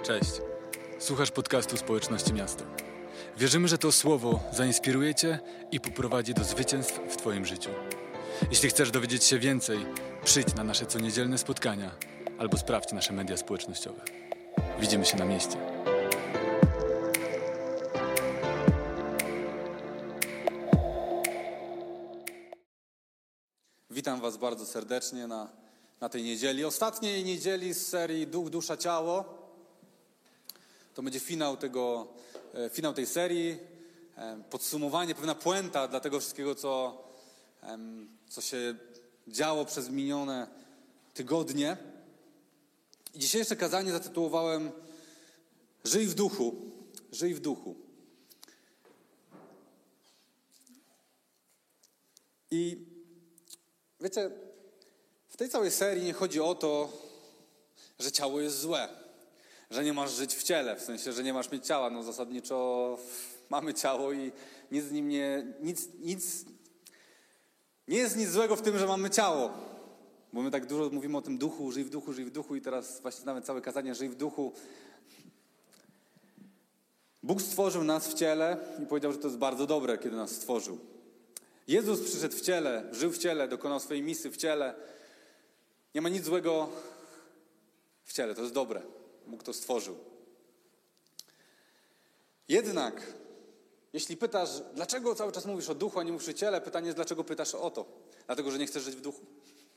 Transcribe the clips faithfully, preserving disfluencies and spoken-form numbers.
Cześć. Słuchasz podcastu Społeczności Miasto. Wierzymy, że to słowo zainspiruje Cię i poprowadzi do zwycięstw w Twoim życiu. Jeśli chcesz dowiedzieć się więcej, przyjdź na nasze coniedzielne spotkania albo sprawdź nasze media społecznościowe. Widzimy się na mieście. Witam Was bardzo serdecznie na, na tej niedzieli. Ostatniej niedzieli z serii Duch, Dusza, Ciało. To będzie finał, tego, finał tej serii, podsumowanie, pewna puenta dla tego wszystkiego, co, co się działo przez minione tygodnie. I dzisiejsze kazanie zatytułowałem Żyj w duchu. Żyj w duchu. I wiecie, w tej całej serii nie chodzi o to, że ciało jest złe, że nie masz żyć w ciele, w sensie, że nie masz mieć ciała. No zasadniczo mamy ciało i nic z nim nie, nic, nic, nie jest nic złego w tym, że mamy ciało. Bo my tak dużo mówimy o tym duchu, żyj w duchu, żyj w duchu i teraz właśnie nawet całe kazanie żyj w duchu. Bóg stworzył nas w ciele i powiedział, że to jest bardzo dobre, kiedy nas stworzył. Jezus przyszedł w ciele, żył w ciele, dokonał swojej misji w ciele. Nie ma nic złego w ciele, to jest dobre. Bóg to stworzył. Jednak, jeśli pytasz, dlaczego cały czas mówisz o duchu, a nie mówisz o ciele, pytanie jest, dlaczego pytasz o to? Dlatego, że nie chcesz żyć w duchu.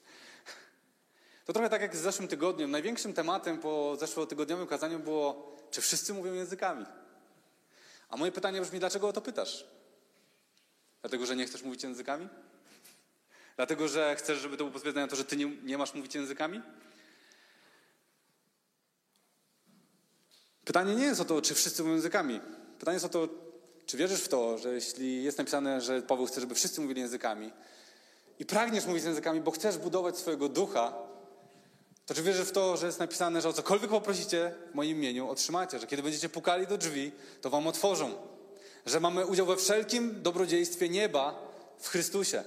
To trochę tak jak z zeszłym tygodniem. Największym tematem po zeszłotygodniowym kazaniu było, czy wszyscy mówią językami? A moje pytanie brzmi, dlaczego o to pytasz? Dlatego, że nie chcesz mówić językami? Dlatego, że chcesz, żeby to było potwierdzenie na to, że ty nie, nie masz mówić językami? Pytanie nie jest o to, czy wszyscy mówią językami. Pytanie jest o to, czy wierzysz w to, że jeśli jest napisane, że Paweł chce, żeby wszyscy mówili językami i pragniesz mówić językami, bo chcesz budować swojego ducha, to czy wierzysz w to, że jest napisane, że o cokolwiek poprosicie w moim imieniu, otrzymacie, że kiedy będziecie pukali do drzwi, to wam otworzą. Że mamy udział we wszelkim dobrodziejstwie nieba w Chrystusie.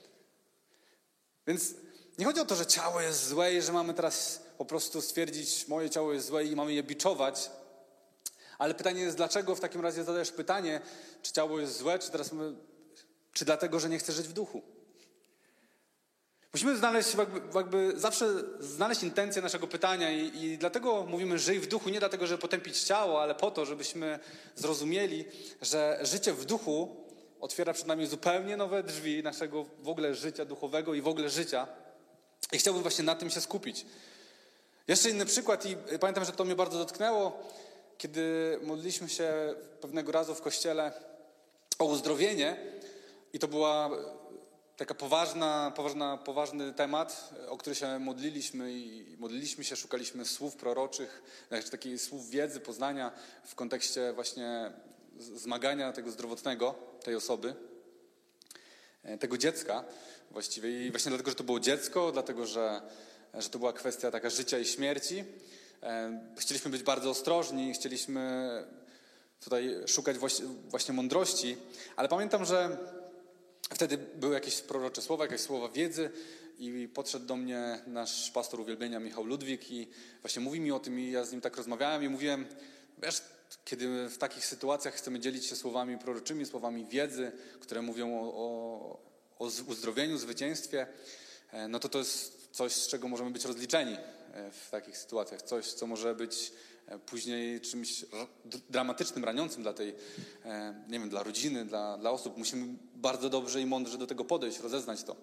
Więc nie chodzi o to, że ciało jest złe i że mamy teraz po prostu stwierdzić, moje ciało jest złe i mamy je biczować. Ale pytanie jest, dlaczego w takim razie zadajesz pytanie, czy ciało jest złe, czy teraz my, czy dlatego, że nie chcesz żyć w duchu. Musimy znaleźć, jakby, jakby zawsze znaleźć intencję naszego pytania i, i dlatego mówimy żyj w duchu, nie dlatego, żeby potępić ciało, ale po to, żebyśmy zrozumieli, że życie w duchu otwiera przed nami zupełnie nowe drzwi naszego w ogóle życia duchowego i w ogóle życia. I chciałbym właśnie na tym się skupić. Jeszcze inny przykład i pamiętam, że to mnie bardzo dotknęło, kiedy modliliśmy się pewnego razu w kościele o uzdrowienie i to była taka poważna, poważna, poważny temat, o który się modliliśmy i modliliśmy się, szukaliśmy słów proroczych, znaczy takich słów wiedzy, poznania w kontekście właśnie zmagania tego zdrowotnego, tej osoby, tego dziecka właściwie. I właśnie dlatego, że to było dziecko, dlatego, że, że to była kwestia taka życia i śmierci. Chcieliśmy być bardzo ostrożni, chcieliśmy tutaj szukać właśnie, właśnie mądrości, ale pamiętam, że wtedy były jakieś prorocze słowa, jakieś słowa wiedzy i podszedł do mnie nasz pastor uwielbienia Michał Ludwik i właśnie mówi mi o tym i ja z nim tak rozmawiałem i mówiłem, wiesz, kiedy w takich sytuacjach chcemy dzielić się słowami proroczymi, słowami wiedzy, które mówią o, o, o uzdrowieniu, zwycięstwie, no to to jest coś, z czego możemy być rozliczeni w takich sytuacjach. Coś, co może być później czymś dramatycznym, raniącym dla tej, nie wiem, dla rodziny, dla, dla osób. Musimy bardzo dobrze i mądrze do tego podejść, rozeznać to.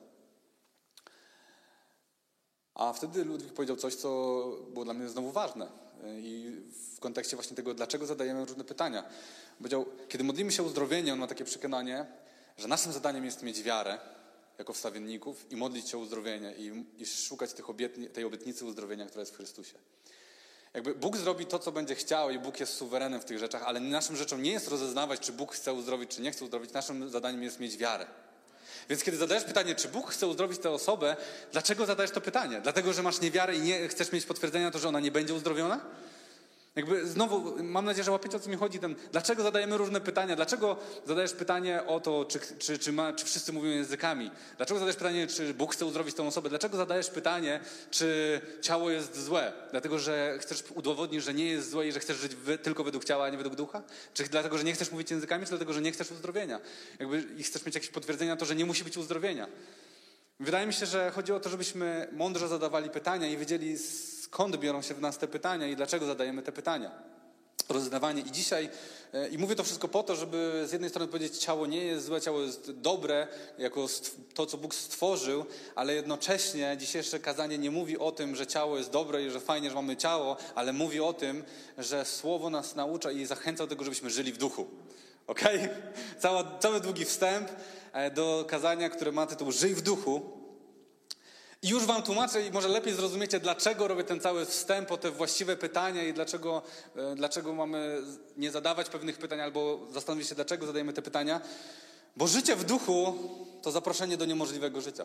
A wtedy Ludwik powiedział coś, co było dla mnie znowu ważne. I w kontekście właśnie tego, dlaczego zadajemy różne pytania. Powiedział, kiedy modlimy się o uzdrowienie, on ma takie przekonanie, że naszym zadaniem jest mieć wiarę jako wstawienników i modlić się o uzdrowienie i, i szukać tych obietni, tej obietnicy uzdrowienia, która jest w Chrystusie. Jakby Bóg zrobi to, co będzie chciał i Bóg jest suwerenem w tych rzeczach, ale naszym rzeczą nie jest rozeznawać, czy Bóg chce uzdrowić, czy nie chce uzdrowić. Naszym zadaniem jest mieć wiarę. Więc kiedy zadajesz pytanie, czy Bóg chce uzdrowić tę osobę, dlaczego zadajesz to pytanie? Dlatego, że masz niewiarę i nie chcesz mieć potwierdzenia na to, że ona nie będzie uzdrowiona? Jakby znowu, mam nadzieję, że łapiecie, o co mi chodzi. Ten, dlaczego zadajemy różne pytania? Dlaczego zadajesz pytanie o to, czy, czy, czy, ma, czy wszyscy mówią językami? Dlaczego zadajesz pytanie, czy Bóg chce uzdrowić tę osobę? Dlaczego zadajesz pytanie, czy ciało jest złe? Dlatego, że chcesz udowodnić, że nie jest złe i że chcesz żyć wy, tylko według ciała, a nie według ducha? Czy dlatego, że nie chcesz mówić językami, czy dlatego, że nie chcesz uzdrowienia? Jakby, i chcesz mieć jakieś potwierdzenie na to, że nie musi być uzdrowienia? Wydaje mi się, że chodzi o to, żebyśmy mądrze zadawali pytania i wiedzieli, skąd biorą się w nas te pytania i dlaczego zadajemy te pytania. Rozdawanie. I dzisiaj, i mówię to wszystko po to, żeby z jednej strony powiedzieć, ciało nie jest złe, ciało jest dobre, jako to, co Bóg stworzył, ale jednocześnie dzisiejsze kazanie nie mówi o tym, że ciało jest dobre i że fajnie, że mamy ciało, ale mówi o tym, że Słowo nas naucza i zachęca do tego, żebyśmy żyli w duchu. Okej? Okay? Cały, cały długi wstęp do kazania, które ma tytuł Żyj w duchu. I już wam tłumaczę i może lepiej zrozumiecie, dlaczego robię ten cały wstęp o te właściwe pytania i dlaczego, dlaczego mamy nie zadawać pewnych pytań albo zastanowić się, dlaczego zadajemy te pytania. Bo życie w duchu to zaproszenie do niemożliwego życia.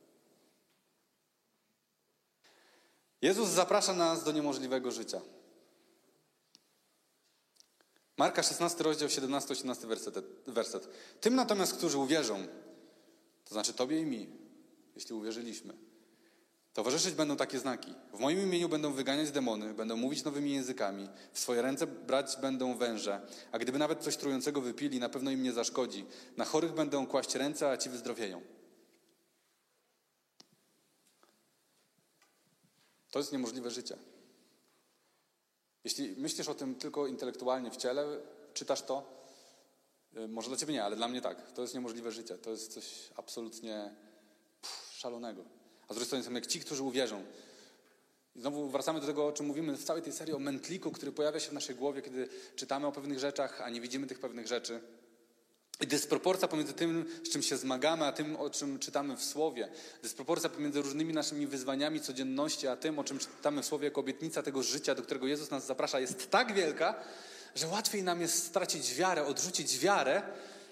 Jezus zaprasza nas do niemożliwego życia. Marka szesnasty rozdział, siedemnasty osiemnasty werset, werset. Tym natomiast, którzy uwierzą, to znaczy tobie i mi, jeśli uwierzyliśmy, towarzyszyć będą takie znaki. W moim imieniu będą wyganiać demony, będą mówić nowymi językami, w swoje ręce brać będą węże, a gdyby nawet coś trującego wypili, na pewno im nie zaszkodzi. Na chorych będą kłaść ręce, a ci wyzdrowieją. To jest niemożliwe życie. Jeśli myślisz o tym tylko intelektualnie w ciele, czytasz to, może dla ciebie nie, ale dla mnie tak. To jest niemożliwe życie. To jest coś absolutnie pff, szalonego. A z drugiej strony są jak ci, którzy uwierzą. I znowu wracamy do tego, o czym mówimy w całej tej serii o mętliku, który pojawia się w naszej głowie, kiedy czytamy o pewnych rzeczach, a nie widzimy tych pewnych rzeczy. I dysproporcja pomiędzy tym, z czym się zmagamy, a tym, o czym czytamy w Słowie. Dysproporcja pomiędzy różnymi naszymi wyzwaniami codzienności, a tym, o czym czytamy w Słowie jako obietnica tego życia, do którego Jezus nas zaprasza, jest tak wielka, że łatwiej nam jest stracić wiarę, odrzucić wiarę,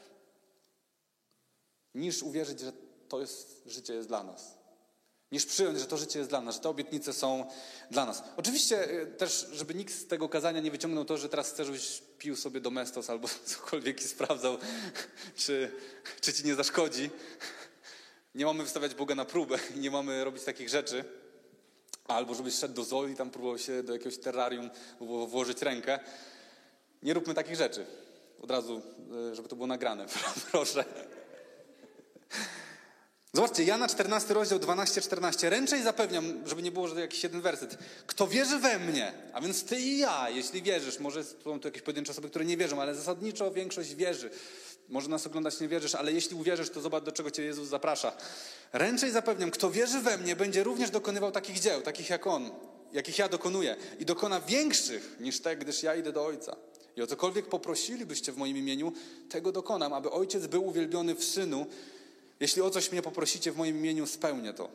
niż uwierzyć, że to jest, życie jest dla nas. Niż przyjąć, że to życie jest dla nas, że te obietnice są dla nas. Oczywiście też, żeby nikt z tego kazania nie wyciągnął to, że teraz chcesz, żebyś pił sobie Domestos albo cokolwiek i sprawdzał, czy, czy ci nie zaszkodzi. Nie mamy wystawiać Boga na próbę i nie mamy robić takich rzeczy. Albo żebyś szedł do zoo i tam próbował się do jakiegoś terrarium włożyć rękę. Nie róbmy takich rzeczy. Od razu, żeby to było nagrane, proszę. Zobaczcie, Jana czternasty rozdział, dwanaście czternaście. Ręczej zapewniam, żeby nie było, że to jakiś jeden werset. Kto wierzy we mnie, a więc ty i ja, jeśli wierzysz, może są tu jakieś pojedyncze osoby, które nie wierzą, ale zasadniczo większość wierzy. Może nas oglądać nie wierzysz, ale jeśli uwierzysz, to zobacz, do czego cię Jezus zaprasza. Ręczej zapewniam, kto wierzy we mnie, będzie również dokonywał takich dzieł, takich jak On, jakich ja dokonuję. I dokona większych niż te, gdyż ja idę do Ojca. I o cokolwiek poprosilibyście w moim imieniu, tego dokonam, aby Ojciec był uwielbiony w Synu. Jeśli o coś mnie poprosicie w moim imieniu, spełnię to.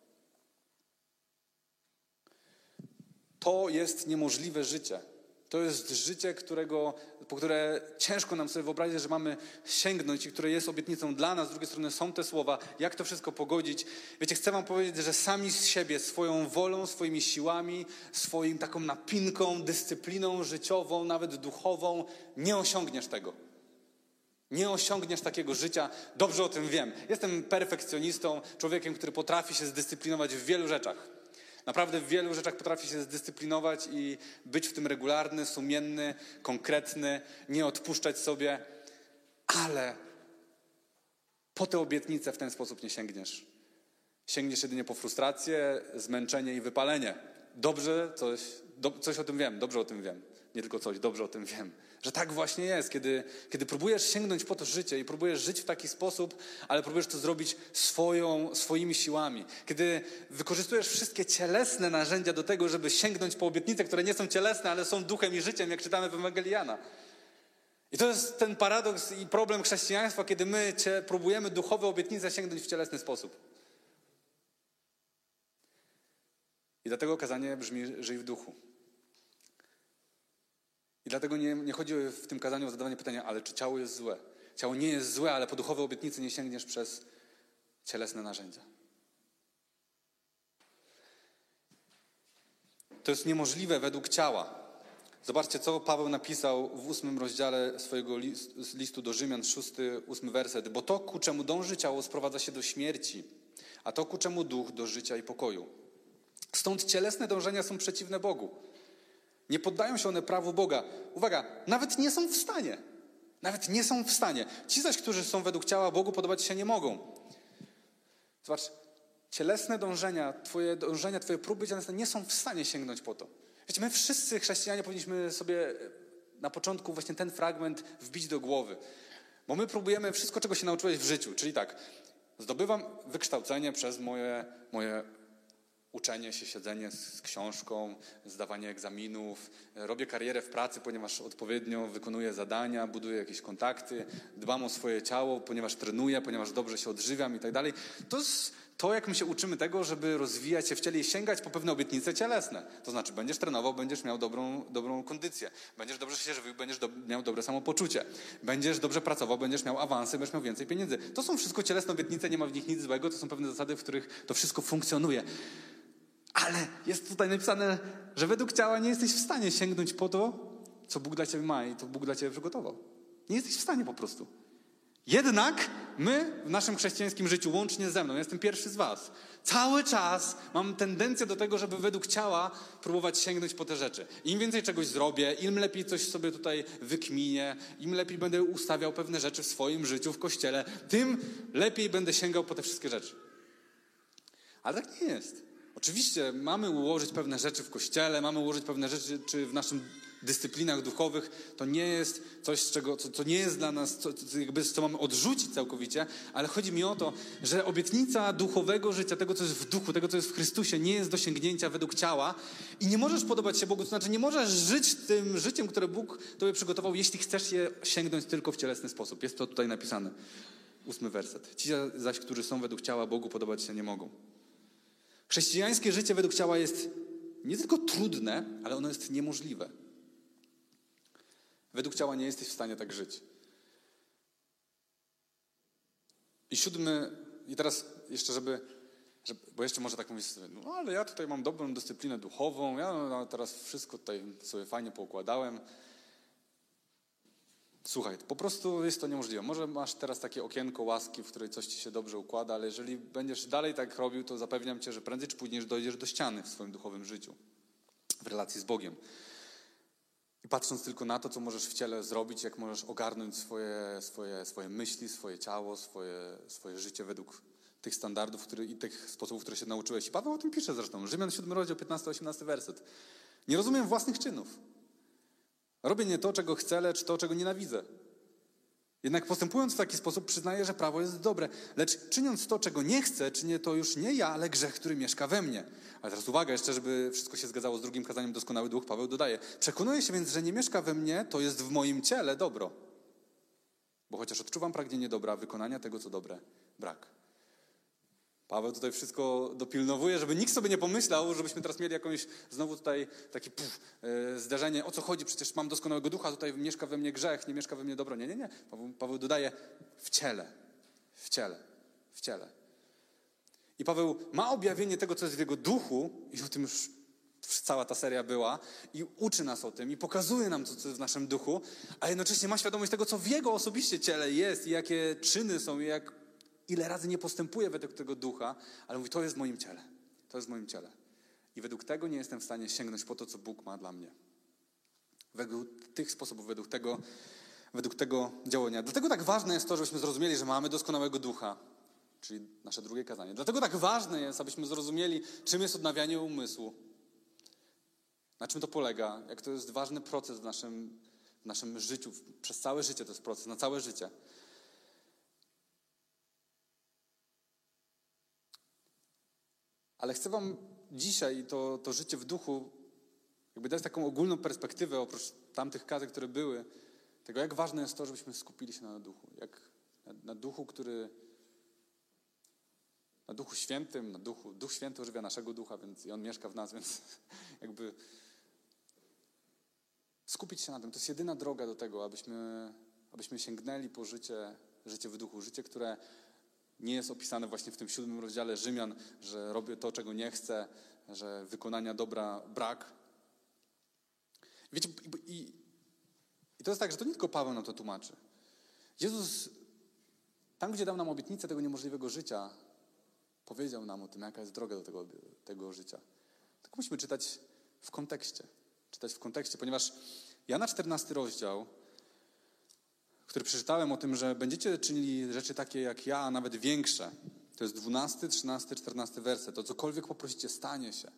To jest niemożliwe życie. To jest życie, którego, po które ciężko nam sobie wyobrazić, że mamy sięgnąć i które jest obietnicą dla nas. Z drugiej strony są te słowa. Jak to wszystko pogodzić? Wiecie, chcę wam powiedzieć, że sami z siebie, swoją wolą, swoimi siłami, swoim taką napinką, dyscypliną życiową, nawet duchową, nie osiągniesz tego. Nie osiągniesz takiego życia. Dobrze o tym wiem. Jestem perfekcjonistą, człowiekiem, który potrafi się zdyscyplinować w wielu rzeczach. Naprawdę w wielu rzeczach potrafi się zdyscyplinować i być w tym regularny, sumienny, konkretny, nie odpuszczać sobie. Ale po te obietnice w ten sposób nie sięgniesz. Sięgniesz jedynie po frustrację, zmęczenie i wypalenie. Dobrze, coś, do, coś o tym wiem, dobrze o tym wiem. Nie tylko coś, dobrze o tym wiem. Że tak właśnie jest, kiedy, kiedy próbujesz sięgnąć po to życie i próbujesz żyć w taki sposób, ale próbujesz to zrobić swoją, swoimi siłami. Kiedy wykorzystujesz wszystkie cielesne narzędzia do tego, żeby sięgnąć po obietnice, które nie są cielesne, ale są duchem i życiem, jak czytamy w Ewangelii Jana. I to jest ten paradoks i problem chrześcijaństwa, kiedy my cię próbujemy duchowe obietnice sięgnąć w cielesny sposób. I dlatego kazanie brzmi: żyj w duchu. I dlatego nie, nie chodzi w tym kazaniu o zadawanie pytania, ale czy ciało jest złe? Ciało nie jest złe, ale po duchowe obietnice nie sięgniesz przez cielesne narzędzia. To jest niemożliwe według ciała. Zobaczcie, co Paweł napisał w ósmym rozdziale swojego listu do Rzymian, szósty, ósmy werset. Bo to, ku czemu dąży ciało, sprowadza się do śmierci, a to, ku czemu duch, do życia i pokoju. Stąd cielesne dążenia są przeciwne Bogu. Nie poddają się one prawu Boga. Uwaga, nawet nie są w stanie. Nawet nie są w stanie. Ci zaś, którzy są według ciała, Bogu podobać się nie mogą. Zobacz, cielesne dążenia, twoje dążenia, twoje próby cielesne nie są w stanie sięgnąć po to. Wiecie, my wszyscy chrześcijanie powinniśmy sobie na początku właśnie ten fragment wbić do głowy. Bo my próbujemy wszystko, czego się nauczyłeś w życiu. Czyli tak, zdobywam wykształcenie przez moje, moje uczenie się, siedzenie z książką, zdawanie egzaminów, robię karierę w pracy, ponieważ odpowiednio wykonuję zadania, buduję jakieś kontakty, dbam o swoje ciało, ponieważ trenuję, ponieważ dobrze się odżywiam i tak dalej. To jest to, jak my się uczymy tego, żeby rozwijać się w ciele i sięgać po pewne obietnice cielesne. To znaczy, będziesz trenował, będziesz miał dobrą, dobrą kondycję, będziesz dobrze się żywił, będziesz do, miał dobre samopoczucie, będziesz dobrze pracował, będziesz miał awansy, będziesz miał więcej pieniędzy. To są wszystko cielesne obietnice, nie ma w nich nic złego, to są pewne zasady, w których to wszystko funkcjonuje. Ale jest tutaj napisane, że według ciała nie jesteś w stanie sięgnąć po to, co Bóg dla ciebie ma i to Bóg dla ciebie przygotował. Nie jesteś w stanie po prostu. Jednak my w naszym chrześcijańskim życiu, łącznie ze mną, jestem pierwszy z was, cały czas mam tendencję do tego, żeby według ciała próbować sięgnąć po te rzeczy. Im więcej czegoś zrobię, im lepiej coś sobie tutaj wykminię, im lepiej będę ustawiał pewne rzeczy w swoim życiu, w kościele, tym lepiej będę sięgał po te wszystkie rzeczy. Ale tak nie jest. Oczywiście mamy ułożyć pewne rzeczy w kościele, mamy ułożyć pewne rzeczy czy w naszym dyscyplinach duchowych. To nie jest coś, z czego, co, co nie jest dla nas, co, co, jakby, co mamy odrzucić całkowicie, ale chodzi mi o to, że obietnica duchowego życia, tego, co jest w duchu, tego, co jest w Chrystusie, nie jest do sięgnięcia według ciała i nie możesz podobać się Bogu, to znaczy nie możesz żyć tym życiem, które Bóg tobie przygotował, jeśli chcesz je sięgnąć tylko w cielesny sposób. Jest to tutaj napisane. Ósmy werset. Ci zaś, którzy są według ciała, Bogu podobać się nie mogą. Chrześcijańskie życie według ciała jest nie tylko trudne, ale ono jest niemożliwe. Według ciała nie jesteś w stanie tak żyć. I siódmy, i teraz jeszcze, żeby, żeby bo jeszcze może tak mówić sobie, no ale ja tutaj mam dobrą dyscyplinę duchową, ja no, teraz wszystko tutaj sobie fajnie poukładałem. Słuchaj, po prostu jest to niemożliwe. Może masz teraz takie okienko łaski, w której coś ci się dobrze układa, ale jeżeli będziesz dalej tak robił, to zapewniam cię, że prędzej czy później dojdziesz do ściany w swoim duchowym życiu, w relacji z Bogiem. I patrząc tylko na to, co możesz w ciele zrobić, jak możesz ogarnąć swoje, swoje, swoje myśli, swoje ciało, swoje, swoje życie według tych standardów który, i tych sposobów, które się nauczyłeś. I Paweł o tym pisze zresztą. Rzymian siódmy rozdział, piętnasty osiemnasty werset. Nie rozumiem własnych czynów. Robię nie to, czego chcę, lecz to, czego nienawidzę. Jednak postępując w taki sposób przyznaję, że prawo jest dobre. Lecz czyniąc to, czego nie chcę, czynię to już nie ja, ale grzech, który mieszka we mnie. Ale teraz uwaga jeszcze, żeby wszystko się zgadzało z drugim kazaniem Doskonały Duch, Paweł dodaje. Przekonuję się więc, że nie mieszka we mnie, to jest w moim ciele dobro. Bo chociaż odczuwam pragnienie dobra, wykonania tego, co dobre, brak. Paweł tutaj wszystko dopilnowuje, żeby nikt sobie nie pomyślał, żebyśmy teraz mieli jakąś znowu tutaj takie puf, yy, zdarzenie. O co chodzi? Przecież mam doskonałego ducha, tutaj mieszka we mnie grzech, nie mieszka we mnie dobro. Nie, nie, nie. Paweł, Paweł dodaje w ciele, w ciele, w ciele. I Paweł ma objawienie tego, co jest w jego duchu i o tym już cała ta seria była i uczy nas o tym i pokazuje nam to, co jest w naszym duchu, a jednocześnie ma świadomość tego, co w jego osobiście ciele jest i jakie czyny są i jak ile razy nie postępuje według tego ducha, ale mówi, to jest w moim ciele. To jest w moim ciele. I według tego nie jestem w stanie sięgnąć po to, co Bóg ma dla mnie. Według tych sposobów, według tego, według tego działania. Dlatego tak ważne jest to, żebyśmy zrozumieli, że mamy doskonałego ducha, czyli nasze drugie kazanie. Dlatego tak ważne jest, abyśmy zrozumieli, czym jest odnawianie umysłu, na czym to polega, jak to jest ważny proces w naszym, w naszym życiu, przez całe życie to jest proces, na całe życie. Ale chcę wam dzisiaj to, to życie w duchu jakby dać taką ogólną perspektywę oprócz tamtych kazań, które były, tego jak ważne jest to, żebyśmy skupili się na duchu. Jak na, na duchu, który na duchu świętym, na duchu, Duch Święty ożywia naszego ducha, więc i on mieszka w nas, więc jakby skupić się na tym. To jest jedyna droga do tego, abyśmy, abyśmy sięgnęli po życie, życie w duchu, życie, które nie jest opisane właśnie w tym siódmym rozdziale Rzymian, że robię to, czego nie chcę, że wykonania dobra brak. Wiecie, I to jest tak, że to nie tylko Paweł nam to tłumaczy. Jezus, tam gdzie dał nam obietnicę tego niemożliwego życia, powiedział nam o tym, jaka jest droga do tego, tego życia. Tak musimy czytać w kontekście. Czytać w kontekście, ponieważ Jana czternasty rozdział, który przeczytałem o tym, że będziecie czynili rzeczy takie jak ja, a nawet większe. To jest dwunasty, trzynasty, czternasty werset. To cokolwiek poprosicie, stanie się.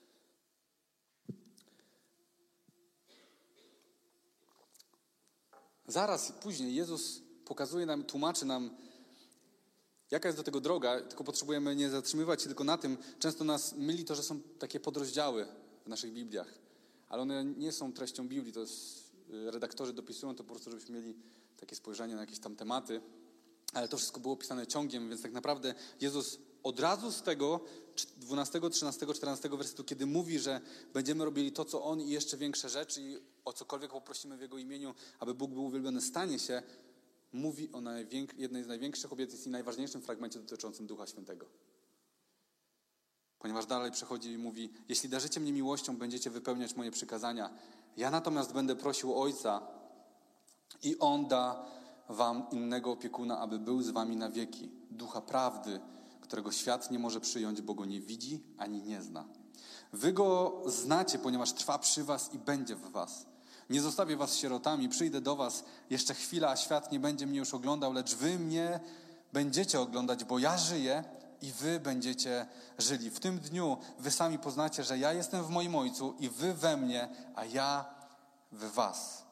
Zaraz później Jezus pokazuje nam, tłumaczy nam, jaka jest do tego droga, tylko potrzebujemy nie zatrzymywać się tylko na tym. Często nas myli to, że są takie podrozdziały w naszych Bibliach, ale one nie są treścią Biblii, to jest, redaktorzy dopisują to po prostu, żebyśmy mieli takie spojrzenie na jakieś tam tematy, ale to wszystko było pisane ciągiem, więc tak naprawdę Jezus od razu z tego dwunastego, trzynastego, czternastego wersetu, kiedy mówi, że będziemy robili to, co On i jeszcze większe rzeczy i o cokolwiek poprosimy w Jego imieniu, aby Bóg był uwielbiony, stanie się, mówi o najwięk- jednej z największych obietnic i najważniejszym fragmencie dotyczącym Ducha Świętego. Ponieważ dalej przechodzi i mówi, jeśli darzycie mnie miłością, będziecie wypełniać moje przykazania. Ja natomiast będę prosił Ojca i On da wam innego opiekuna, aby był z wami na wieki. Ducha prawdy, którego świat nie może przyjąć, bo go nie widzi ani nie zna. Wy go znacie, ponieważ trwa przy was i będzie w was. Nie zostawię was sierotami, przyjdę do was jeszcze chwila, a świat nie będzie mnie już oglądał, lecz wy mnie będziecie oglądać, bo ja żyję i wy będziecie żyli. W tym dniu wy sami poznacie, że ja jestem w moim Ojcu i wy we mnie, a ja w was.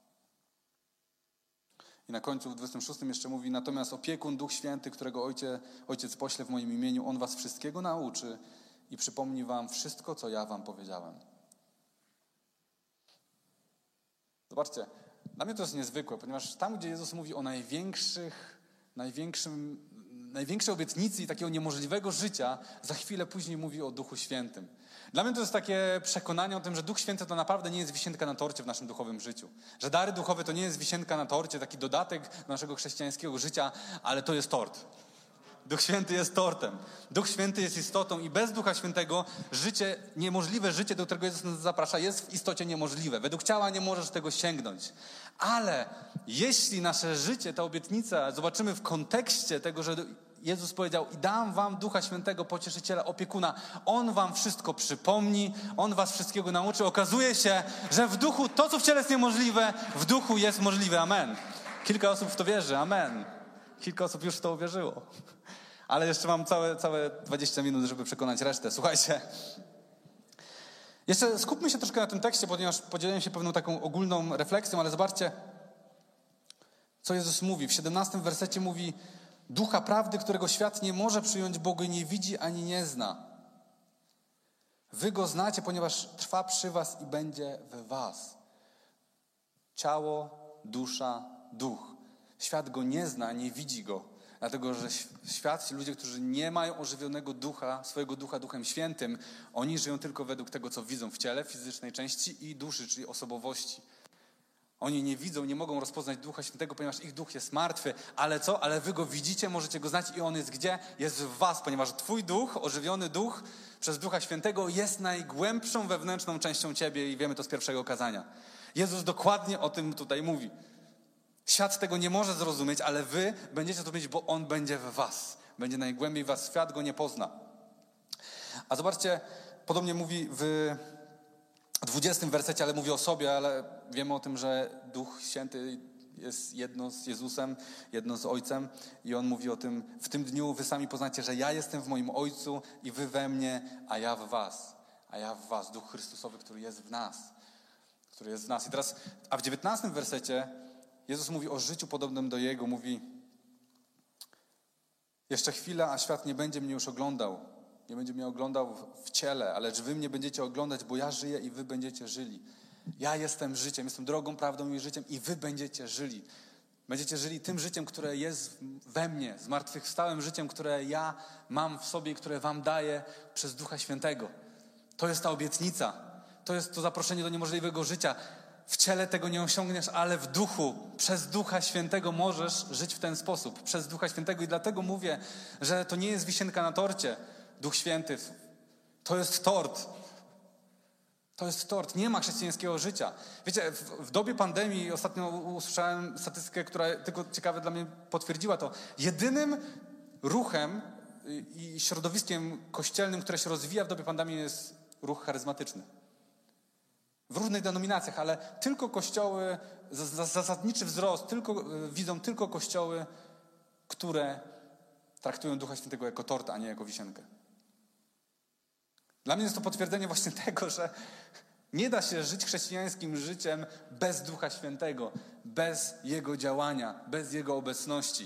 I na końcu w dwudziestym szóstym jeszcze mówi, natomiast opiekun, Duch Święty, którego ojciec, ojciec pośle w moim imieniu, On was wszystkiego nauczy i przypomni wam wszystko, co ja wam powiedziałem. Zobaczcie, dla mnie to jest niezwykłe, ponieważ tam, gdzie Jezus mówi o największych, największym, największej obietnicy i takiego niemożliwego życia, za chwilę później mówi o Duchu Świętym. Dla mnie to jest takie przekonanie o tym, że Duch Święty to naprawdę nie jest wisienka na torcie w naszym duchowym życiu. Że dary duchowe to nie jest wisienka na torcie, taki dodatek do naszego chrześcijańskiego życia, ale to jest tort. Duch Święty jest tortem. Duch Święty jest istotą i bez Ducha Świętego życie, niemożliwe życie, do którego Jezus nas zaprasza, jest w istocie niemożliwe. Według ciała nie możesz tego sięgnąć. Ale jeśli nasze życie, ta obietnica, zobaczymy w kontekście tego, że Jezus powiedział, i dam wam Ducha Świętego, pocieszyciela, opiekuna. On wam wszystko przypomni, On was wszystkiego nauczy. Okazuje się, że w duchu, to co w ciele jest niemożliwe, w duchu jest możliwe. Amen. Kilka osób w to wierzy. Amen. Kilka osób już w to uwierzyło. Ale jeszcze mam całe, całe dwadzieścia minut, żeby przekonać resztę. Słuchajcie. Jeszcze skupmy się troszkę na tym tekście, ponieważ podzieliłem się pewną taką ogólną refleksją, ale zobaczcie, co Jezus mówi. W siedemnastym wersecie mówi, Ducha prawdy, którego świat nie może przyjąć, bo go nie widzi ani nie zna. Wy go znacie, ponieważ trwa przy was i będzie we was. Ciało, dusza, duch. Świat go nie zna, nie widzi go. Dlatego, że świat, ludzie, którzy nie mają ożywionego ducha, swojego ducha Duchem Świętym, oni żyją tylko według tego, co widzą w ciele, fizycznej części i duszy, czyli osobowości. Oni nie widzą, nie mogą rozpoznać Ducha Świętego, ponieważ ich duch jest martwy. Ale co? Ale wy go widzicie, możecie go znać i on jest gdzie? Jest w was, ponieważ twój duch, ożywiony duch przez Ducha Świętego jest najgłębszą wewnętrzną częścią ciebie i wiemy to z pierwszego kazania. Jezus dokładnie o tym tutaj mówi. Świat tego nie może zrozumieć, ale wy będziecie to mieć, bo on będzie w was. Będzie najgłębiej w was. Świat go nie pozna. A zobaczcie, podobnie mówi w dwudziestym wersecie, ale mówi o sobie, ale wiemy o tym, że Duch Święty jest jedno z Jezusem, jedno z Ojcem i On mówi o tym, w tym dniu wy sami poznacie, że ja jestem w moim Ojcu i wy we mnie, a ja w was. A ja w was, Duch Chrystusowy, który jest w nas. Który jest w nas. I teraz, a w dziewiętnastym wersecie Jezus mówi o życiu podobnym do Jego. Mówi, jeszcze chwila, a świat nie będzie mnie już oglądał. Nie będzie mnie oglądał w ciele, ale wy mnie będziecie oglądać, bo ja żyję i wy będziecie żyli. Ja jestem życiem, jestem drogą, prawdą i życiem i wy będziecie żyli. Będziecie żyli tym życiem, które jest we mnie, zmartwychwstałym życiem, które ja mam w sobie i które wam daję przez Ducha Świętego. To jest ta obietnica. To jest to zaproszenie do niemożliwego życia. W ciele tego nie osiągniesz, ale w duchu, przez Ducha Świętego możesz żyć w ten sposób. Przez Ducha Świętego i dlatego mówię, że to nie jest wisienka na torcie. Duch Święty, to jest tort. To jest tort. Nie ma chrześcijańskiego życia. Wiecie, w, w dobie pandemii ostatnio usłyszałem statystykę, która tylko ciekawe dla mnie potwierdziła to. Jedynym ruchem i środowiskiem kościelnym, które się rozwija w dobie pandemii, jest ruch charyzmatyczny. W różnych denominacjach, ale tylko kościoły, zasadniczy wzrost, tylko, widzą tylko kościoły, które traktują Ducha Świętego jako tort, a nie jako wisienkę. Dla mnie jest to potwierdzenie właśnie tego, że nie da się żyć chrześcijańskim życiem bez Ducha Świętego, bez Jego działania, bez Jego obecności.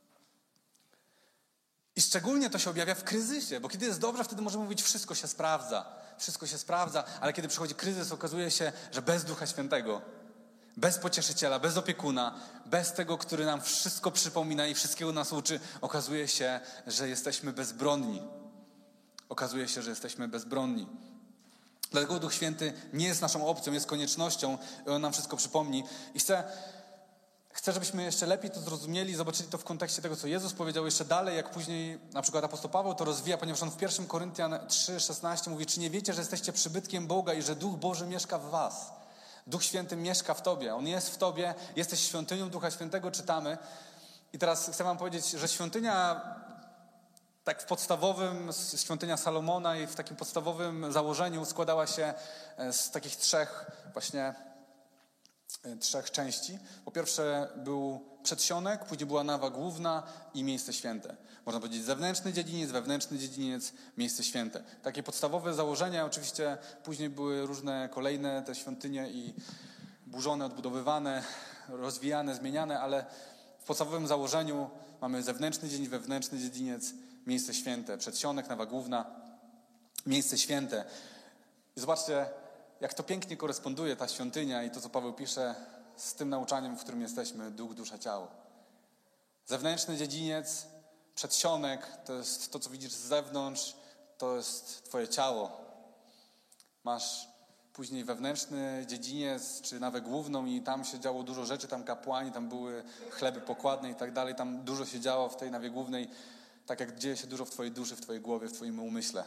I szczególnie to się objawia w kryzysie, bo kiedy jest dobrze, wtedy możemy mówić, wszystko się sprawdza, wszystko się sprawdza, ale kiedy przychodzi kryzys, okazuje się, że bez Ducha Świętego, bez pocieszyciela, bez opiekuna, bez tego, który nam wszystko przypomina i wszystkiego nas uczy, okazuje się, że jesteśmy bezbronni. Okazuje się, że jesteśmy bezbronni. Dlatego Duch Święty nie jest naszą opcją, jest koniecznością i On nam wszystko przypomni. I chcę, chcę, żebyśmy jeszcze lepiej to zrozumieli, zobaczyli to w kontekście tego, co Jezus powiedział jeszcze dalej, jak później na przykład apostoł Paweł to rozwija, ponieważ on w pierwszym Koryntian trzy szesnaście mówi, czy nie wiecie, że jesteście przybytkiem Boga i że Duch Boży mieszka w was? Duch Święty mieszka w tobie, On jest w tobie, jesteś świątynią Ducha Świętego, czytamy. I teraz chcę wam powiedzieć, że świątynia, tak w podstawowym, świątynia Salomona i w takim podstawowym założeniu składała się z takich trzech właśnie trzech części. Po pierwsze był przedsionek, później była nawa główna i miejsce święte. Można powiedzieć zewnętrzny dziedziniec, wewnętrzny dziedziniec, miejsce święte. Takie podstawowe założenia, oczywiście później były różne kolejne te świątynie i burzone, odbudowywane, rozwijane, zmieniane, ale w podstawowym założeniu mamy zewnętrzny dziedziniec, wewnętrzny dziedziniec, miejsce święte, przedsionek, nawa główna, miejsce święte. I zobaczcie, jak to pięknie koresponduje ta świątynia i to, co Paweł pisze, z tym nauczaniem, w którym jesteśmy, duch, dusza, ciało. Zewnętrzny dziedziniec, przedsionek, to jest to, co widzisz z zewnątrz, to jest twoje ciało. Masz później wewnętrzny dziedziniec, czy nawę główną i tam się działo dużo rzeczy, tam kapłani, tam były chleby pokładne i tak dalej, tam dużo się działo w tej nawie głównej, tak jak dzieje się dużo w twojej duszy, w twojej głowie, w twoim umyśle.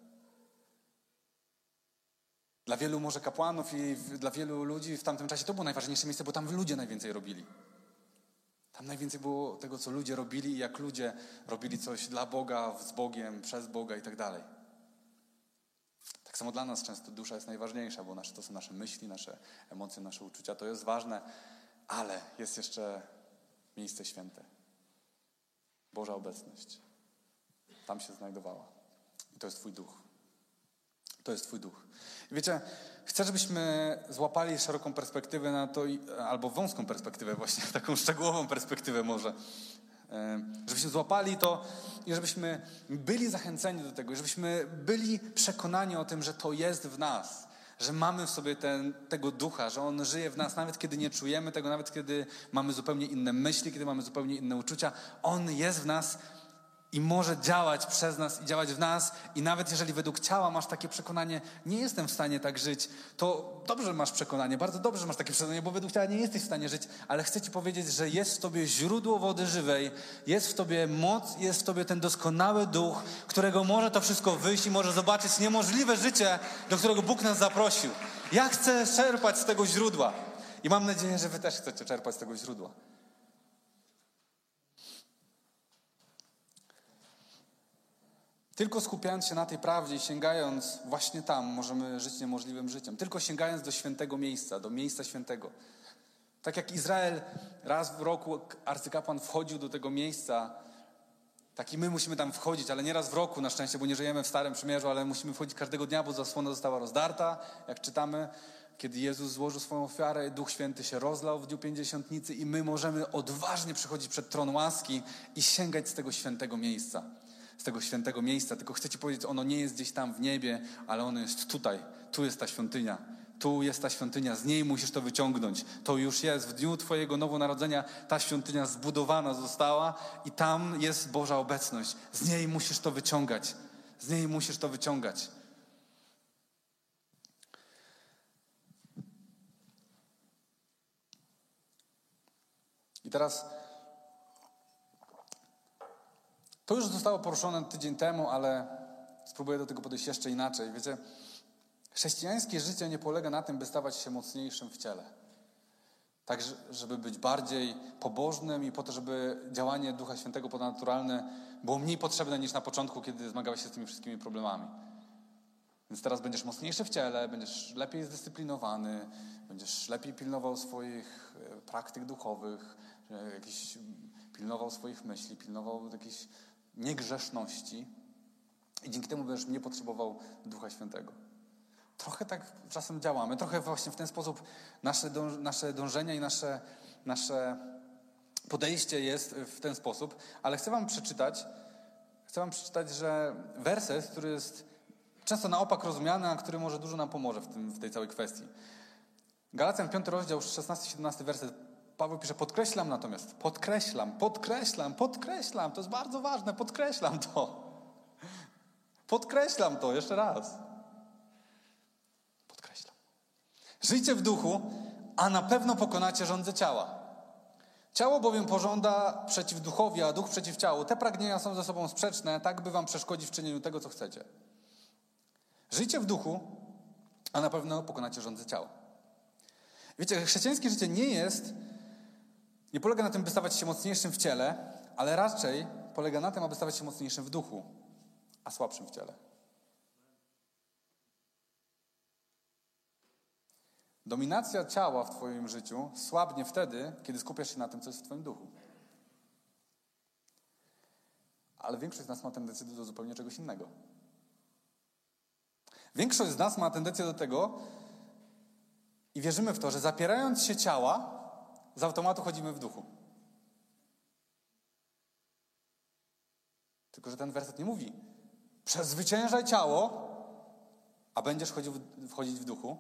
Dla wielu może kapłanów i dla wielu ludzi w tamtym czasie to było najważniejsze miejsce, bo tam ludzie najwięcej robili. Tam najwięcej było tego, co ludzie robili i jak ludzie robili coś dla Boga, z Bogiem, przez Boga i tak dalej. Tak samo dla nas często dusza jest najważniejsza, bo nasze, to są nasze myśli, nasze emocje, nasze uczucia. To jest ważne, ale jest jeszcze miejsce święte. Boża obecność. Tam się znajdowała. I to jest twój duch. To jest twój duch. I wiecie, chcę, żebyśmy złapali szeroką perspektywę na to, albo wąską perspektywę właśnie, taką szczegółową perspektywę może. Żebyśmy złapali to i żebyśmy byli zachęceni do tego, żebyśmy byli przekonani o tym, że to jest w nas, że mamy w sobie ten, tego ducha, że on żyje w nas, nawet kiedy nie czujemy tego, nawet kiedy mamy zupełnie inne myśli, kiedy mamy zupełnie inne uczucia. On jest w nas i może działać przez nas i działać w nas. I nawet jeżeli według ciała masz takie przekonanie, nie jestem w stanie tak żyć, to dobrze, że masz przekonanie, bardzo dobrze, że masz takie przekonanie, bo według ciała nie jesteś w stanie żyć, ale chcę ci powiedzieć, że jest w tobie źródło wody żywej, jest w tobie moc, jest w tobie ten doskonały duch, którego może to wszystko wyjść i może zobaczyć niemożliwe życie, do którego Bóg nas zaprosił. Ja chcę czerpać z tego źródła i mam nadzieję, że wy też chcecie czerpać z tego źródła. Tylko skupiając się na tej prawdzie i sięgając właśnie tam, możemy żyć niemożliwym życiem. Tylko sięgając do świętego miejsca, do miejsca świętego. Tak jak Izrael raz w roku arcykapłan wchodził do tego miejsca, tak i my musimy tam wchodzić, ale nie raz w roku na szczęście, bo nie żyjemy w Starym Przymierzu, ale musimy wchodzić każdego dnia, bo zasłona została rozdarta, jak czytamy. Kiedy Jezus złożył swoją ofiarę, Duch Święty się rozlał w dniu Pięćdziesiątnicy i my możemy odważnie przychodzić przed tron łaski i sięgać z tego świętego miejsca. Z tego świętego miejsca, tylko chcę ci powiedzieć, ono nie jest gdzieś tam w niebie, ale ono jest tutaj. Tu jest ta świątynia. Tu jest ta świątynia, z niej musisz to wyciągnąć. To już jest w dniu twojego nowonarodzenia, ta świątynia zbudowana została i tam jest Boża obecność. Z niej musisz to wyciągać. Z niej musisz to wyciągać. I teraz to już zostało poruszone tydzień temu, ale spróbuję do tego podejść jeszcze inaczej. Wiecie, Chrześcijańskie życie nie polega na tym, by stawać się mocniejszym w ciele. Tak, żeby być bardziej pobożnym i po to, żeby działanie Ducha Świętego ponadnaturalne było mniej potrzebne niż na początku, kiedy zmagałeś się z tymi wszystkimi problemami. Więc teraz będziesz mocniejszy w ciele, będziesz lepiej zdyscyplinowany, będziesz lepiej pilnował swoich praktyk duchowych, jakiś, pilnował swoich myśli, pilnował jakiejś niegrzeszności i dzięki temu będziesz mniej potrzebował Ducha Świętego. Trochę tak czasem działamy, trochę właśnie w ten sposób nasze, dąż, nasze dążenia i nasze, nasze podejście jest w ten sposób, ale chcę wam przeczytać, chcę wam przeczytać, że werset, który jest często na opak rozumiany, a który może dużo nam pomoże w, tym, w tej całej kwestii. Galacjan piąty rozdział, szesnasty siedemnasty werset, Paweł pisze, podkreślam natomiast, podkreślam, podkreślam, podkreślam, to jest bardzo ważne, podkreślam to. Podkreślam to, jeszcze raz. Podkreślam. Żyjcie w duchu, a na pewno pokonacie żądzę ciała. Ciało bowiem pożąda przeciw duchowi, a duch przeciw ciału. Te pragnienia są ze sobą sprzeczne, tak by wam przeszkodzić w czynieniu tego, co chcecie. Żyjcie w duchu, a na pewno pokonacie żądzę ciała. Wiecie, chrześcijańskie życie nie jest, nie polega na tym, by stawać się mocniejszym w ciele, ale raczej polega na tym, aby stawać się mocniejszym w duchu, a słabszym w ciele. Dominacja ciała w twoim życiu słabnie wtedy, kiedy skupiasz się na tym, co jest w twoim duchu. Ale większość z nas ma tendencję do zupełnie czegoś innego. Większość z nas ma tendencję do tego i wierzymy w to, że zapierając się ciała, z automatu chodzimy w duchu. Tylko że ten werset nie mówi przezwyciężaj ciało, a będziesz chodził, wchodzić w duchu.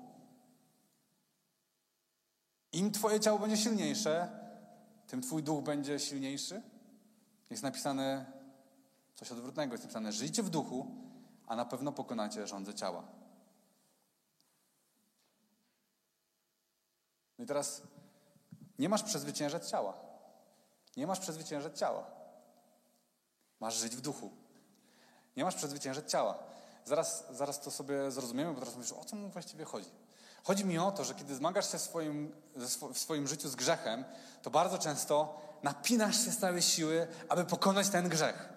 Im twoje ciało będzie silniejsze, tym twój duch będzie silniejszy. Jest napisane coś odwrotnego. Jest napisane żyjcie w duchu, a na pewno pokonacie żądzę ciała. No i teraz nie masz przezwyciężać ciała. Nie masz przezwyciężać ciała. Masz żyć w duchu. Nie masz przezwyciężać ciała. Zaraz, zaraz to sobie zrozumiemy, bo teraz mówisz, o co mu właściwie chodzi. Chodzi mi o to, że kiedy zmagasz się w swoim, w swoim życiu z grzechem, to bardzo często napinasz się z całej siły, aby pokonać ten grzech.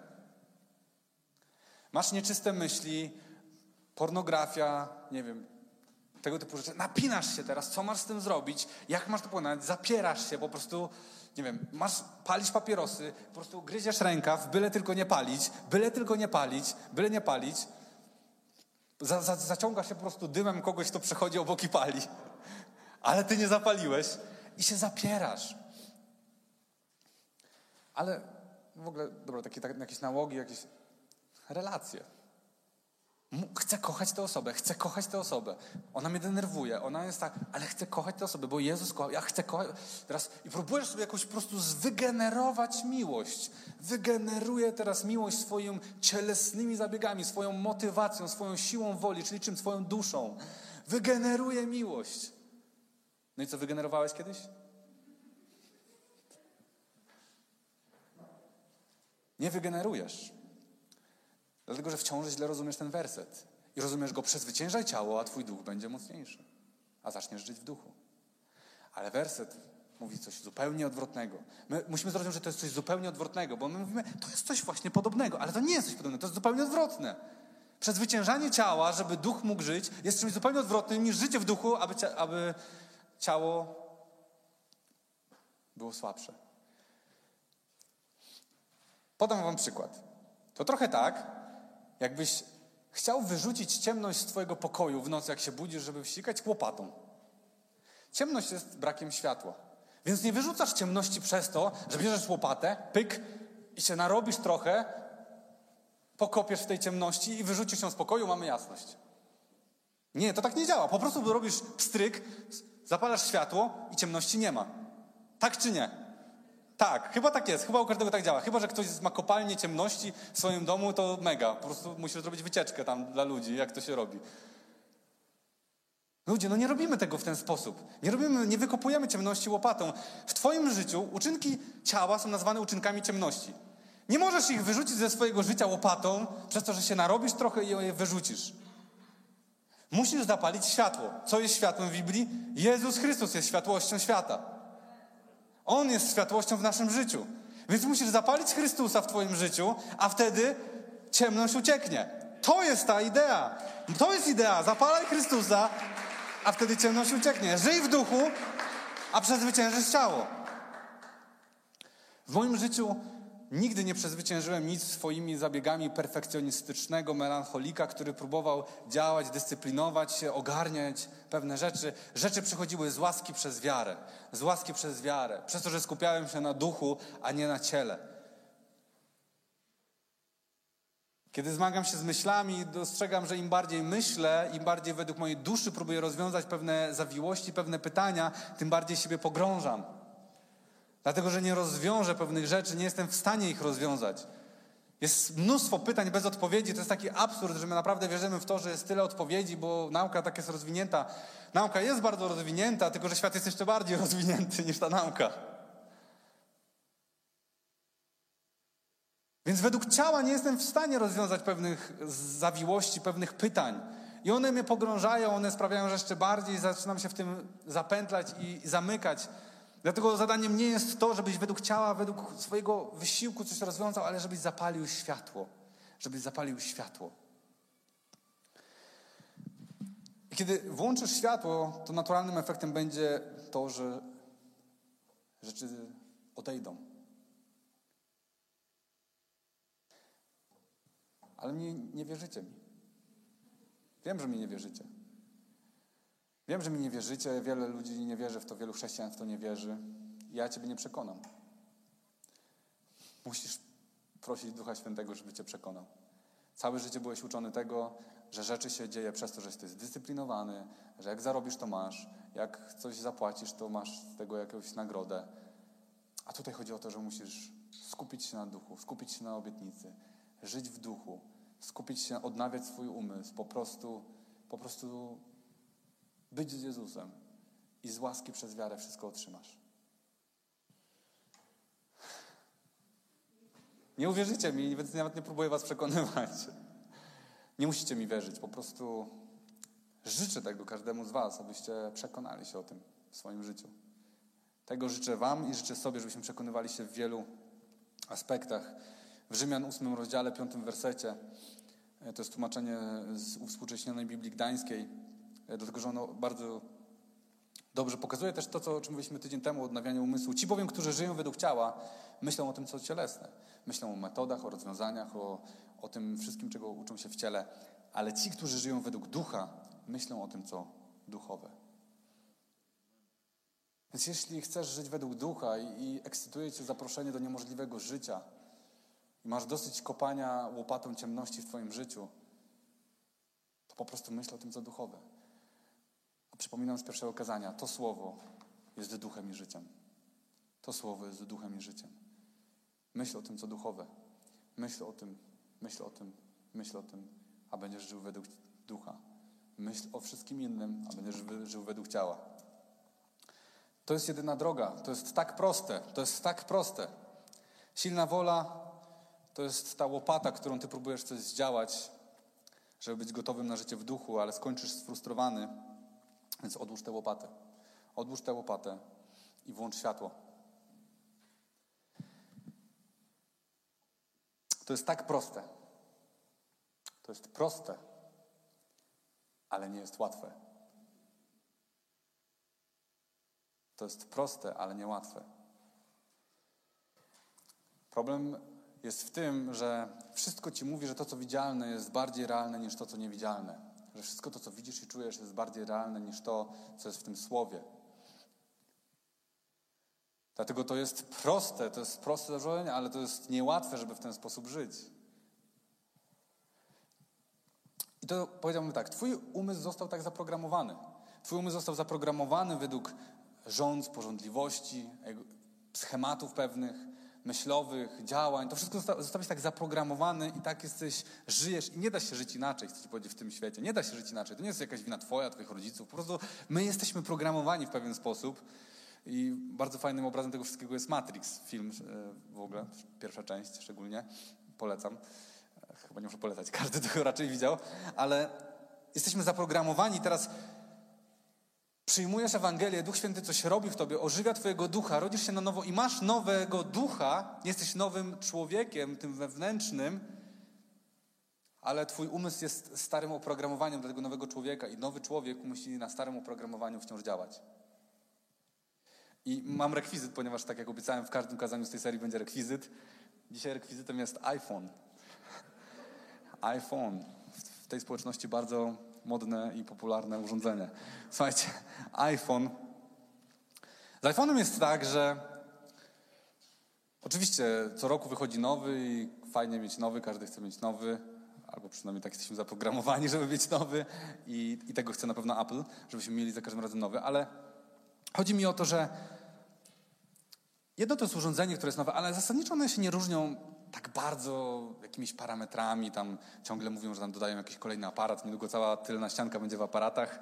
Masz nieczyste myśli, pornografia, nie wiem, tego typu rzeczy. Napinasz się teraz, co masz z tym zrobić, jak masz to pokonać, zapierasz się, po prostu, nie wiem, masz, palisz papierosy, po prostu gryziesz rękaw, byle tylko nie palić, byle tylko nie palić, byle nie palić. Za, za, zaciągasz się po prostu dymem kogoś, kto przechodzi obok i pali. Ale ty nie zapaliłeś i się zapierasz. Ale w ogóle, dobra, takie, takie jakieś nałogi, jakieś relacje. Chcę kochać tę osobę, chcę kochać tę osobę. Ona mnie denerwuje, ona jest tak, ale chcę kochać tę osobę, bo Jezus kocha, ja chcę kochać. Teraz i próbujesz sobie jakoś po prostu wygenerować miłość. Wygeneruję teraz miłość swoimi cielesnymi zabiegami, swoją motywacją, swoją siłą woli, czyli czym? Swoją duszą. Wygeneruję miłość. No i co, wygenerowałeś kiedyś? Nie wygenerujesz. Dlatego, że wciąż źle rozumiesz ten werset. I rozumiesz go, przezwyciężaj ciało, a twój duch będzie mocniejszy. A zaczniesz żyć w duchu. Ale werset mówi coś zupełnie odwrotnego. My musimy zrozumieć, że to jest coś zupełnie odwrotnego, bo my mówimy, to jest coś właśnie podobnego, ale to nie jest coś podobnego, to jest zupełnie odwrotne. Przezwyciężanie ciała, żeby duch mógł żyć, jest czymś zupełnie odwrotnym niż życie w duchu, aby, cia- aby ciało było słabsze. Podam wam przykład. To trochę tak, jakbyś chciał wyrzucić ciemność z twojego pokoju w nocy, jak się budzisz, żeby wsikać łopatą. Ciemność jest brakiem światła. Więc nie wyrzucasz ciemności przez to, że bierzesz łopatę, pyk i się narobisz trochę, pokopiesz w tej ciemności i wyrzucisz ją z pokoju, mamy jasność. Nie, to tak nie działa. Po prostu robisz pstryk, zapalasz światło i ciemności nie ma. Tak czy nie? Tak, chyba tak jest. Chyba u każdego tak działa. Chyba że ktoś ma kopalnię ciemności w swoim domu, to mega. Po prostu musisz zrobić wycieczkę tam dla ludzi, jak to się robi. Ludzie, no nie robimy tego w ten sposób. Nie robimy, nie wykopujemy ciemności łopatą. W twoim życiu uczynki ciała są nazwane uczynkami ciemności. Nie możesz ich wyrzucić ze swojego życia łopatą, przez to, że się narobisz trochę i je wyrzucisz. Musisz zapalić światło. Co jest światłem w Biblii? Jezus Chrystus jest światłością świata. On jest światłością w naszym życiu. Więc musisz zapalić Chrystusa w twoim życiu, a wtedy ciemność ucieknie. To jest ta idea. To jest idea. Zapalaj Chrystusa, a wtedy ciemność ucieknie. Żyj w duchu, a przezwyciężysz ciało. W moim życiu nigdy nie przezwyciężyłem nic swoimi zabiegami perfekcjonistycznego melancholika, który próbował działać, dyscyplinować się, ogarniać pewne rzeczy. Rzeczy przychodziły z łaski przez wiarę. Z łaski przez wiarę. Przez to, że skupiałem się na duchu, a nie na ciele. Kiedy zmagam się z myślami, dostrzegam, że im bardziej myślę, im bardziej według mojej duszy próbuję rozwiązać pewne zawiłości, pewne pytania, tym bardziej siebie pogrążam. Dlatego, że nie rozwiążę pewnych rzeczy, nie jestem w stanie ich rozwiązać. Jest mnóstwo pytań bez odpowiedzi. To jest taki absurd, że my naprawdę wierzymy w to, że jest tyle odpowiedzi, bo nauka tak jest rozwinięta. Nauka jest bardzo rozwinięta, tylko że świat jest jeszcze bardziej rozwinięty niż ta nauka. Więc według ciała nie jestem w stanie rozwiązać pewnych zawiłości, pewnych pytań. I one mnie pogrążają, one sprawiają, że jeszcze bardziej zaczynam się w tym zapętlać i zamykać. Dlatego zadaniem nie jest to, żebyś według ciała, według swojego wysiłku coś rozwiązał, ale żebyś zapalił światło. Żebyś zapalił światło. I kiedy włączysz światło, to naturalnym efektem będzie to, że rzeczy odejdą. Ale mnie nie wierzycie mi. Wiem, że mi nie wierzycie. Wiem, że mi nie wierzycie. Wiele ludzi nie wierzy w to, wielu chrześcijan w to nie wierzy. Ja ciebie nie przekonam. Musisz prosić Ducha Świętego, żeby cię przekonał. Całe życie byłeś uczony tego, że rzeczy się dzieje przez to, że jesteś zdyscyplinowany, że jak zarobisz, to masz. Jak coś zapłacisz, to masz z tego jakąś nagrodę. A tutaj chodzi o to, że musisz skupić się na duchu, skupić się na obietnicy, żyć w duchu, skupić się, odnawiać swój umysł, po prostu, po prostu być z Jezusem i z łaski przez wiarę wszystko otrzymasz. Nie uwierzycie mi, więc nawet nie próbuję was przekonywać. Nie musicie mi wierzyć, po prostu życzę tego każdemu z was, abyście przekonali się o tym w swoim życiu. Tego życzę wam i życzę sobie, żebyśmy przekonywali się w wielu aspektach. W Rzymian ósmym rozdziale, piątym wersecie, to jest tłumaczenie z uwspółcześnionej Biblii Gdańskiej, dlatego że ono bardzo dobrze pokazuje też to, co, o czym mówiliśmy tydzień temu, o odnawianiu umysłu. Ci bowiem, którzy żyją według ciała, myślą o tym, co cielesne. Myślą o metodach, o rozwiązaniach, o, o tym wszystkim, czego uczą się w ciele. Ale ci, którzy żyją według ducha, myślą o tym, co duchowe. Więc jeśli chcesz żyć według ducha i, i ekscytuje cię zaproszenie do niemożliwego życia i masz dosyć kopania łopatą ciemności w twoim życiu, to po prostu myśl o tym, co duchowe. A przypominam z pierwszego kazania, to słowo jest duchem i życiem. To słowo jest duchem i życiem. Myśl o tym, co duchowe. Myśl o tym, myśl o tym, myśl o tym, a będziesz żył według ducha. Myśl o wszystkim innym, a będziesz żył według ciała. To jest jedyna droga. To jest tak proste. To jest tak proste. Silna wola to jest ta łopata, którą ty próbujesz coś zdziałać, żeby być gotowym na życie w duchu, ale skończysz sfrustrowany. Więc odłóż tę łopatę. Odłóż tę łopatę i włącz światło. To jest tak proste. To jest proste, ale nie jest łatwe. To jest proste, ale niełatwe. Problem jest w tym, że wszystko ci mówi, że to, co widzialne, jest bardziej realne niż to, co niewidzialne. Że wszystko to, co widzisz i czujesz, jest bardziej realne niż to, co jest w tym słowie. Dlatego to jest proste, to jest proste założenie, ale to jest niełatwe, żeby w ten sposób żyć. I to powiedziałbym tak, twój umysł został tak zaprogramowany. Twój umysł został zaprogramowany według rządz, porządliwości, schematów pewnych, myślowych, działań. To wszystko zostałeś tak zaprogramowany i tak jesteś, żyjesz i nie da się żyć inaczej, chcę ci powiedzieć, w tym świecie. Nie da się żyć inaczej. To nie jest jakaś wina twoja, twoich rodziców. Po prostu my jesteśmy programowani w pewien sposób. I bardzo fajnym obrazem tego wszystkiego jest Matrix, film w ogóle, pierwsza część szczególnie, polecam. Chyba nie muszę polecać, każdy tego raczej widział, ale jesteśmy zaprogramowani. Teraz przyjmujesz Ewangelię, Duch Święty coś robi w tobie, ożywia twojego ducha, rodzisz się na nowo i masz nowego ducha, jesteś nowym człowiekiem, tym wewnętrznym, ale twój umysł jest starym oprogramowaniem dla tego nowego człowieka i nowy człowiek musi na starym oprogramowaniu wciąż działać. I mam rekwizyt, ponieważ tak jak obiecałem, w każdym kazaniu z tej serii będzie rekwizyt. Dzisiaj rekwizytem jest iPhone. iPhone. W tej społeczności bardzo modne i popularne urządzenie. Słuchajcie, iPhone. Z iPhone'em jest tak, że oczywiście co roku wychodzi nowy i fajnie mieć nowy, każdy chce mieć nowy, albo przynajmniej tak jesteśmy zaprogramowani, żeby mieć nowy i, i tego chce na pewno Apple, żebyśmy mieli za każdym razem nowy, ale chodzi mi o to, że jedno to jest urządzenie, które jest nowe, ale zasadniczo one się nie różnią tak bardzo jakimiś parametrami, tam ciągle mówią, że tam dodają jakiś kolejny aparat, niedługo cała tylna ścianka będzie w aparatach,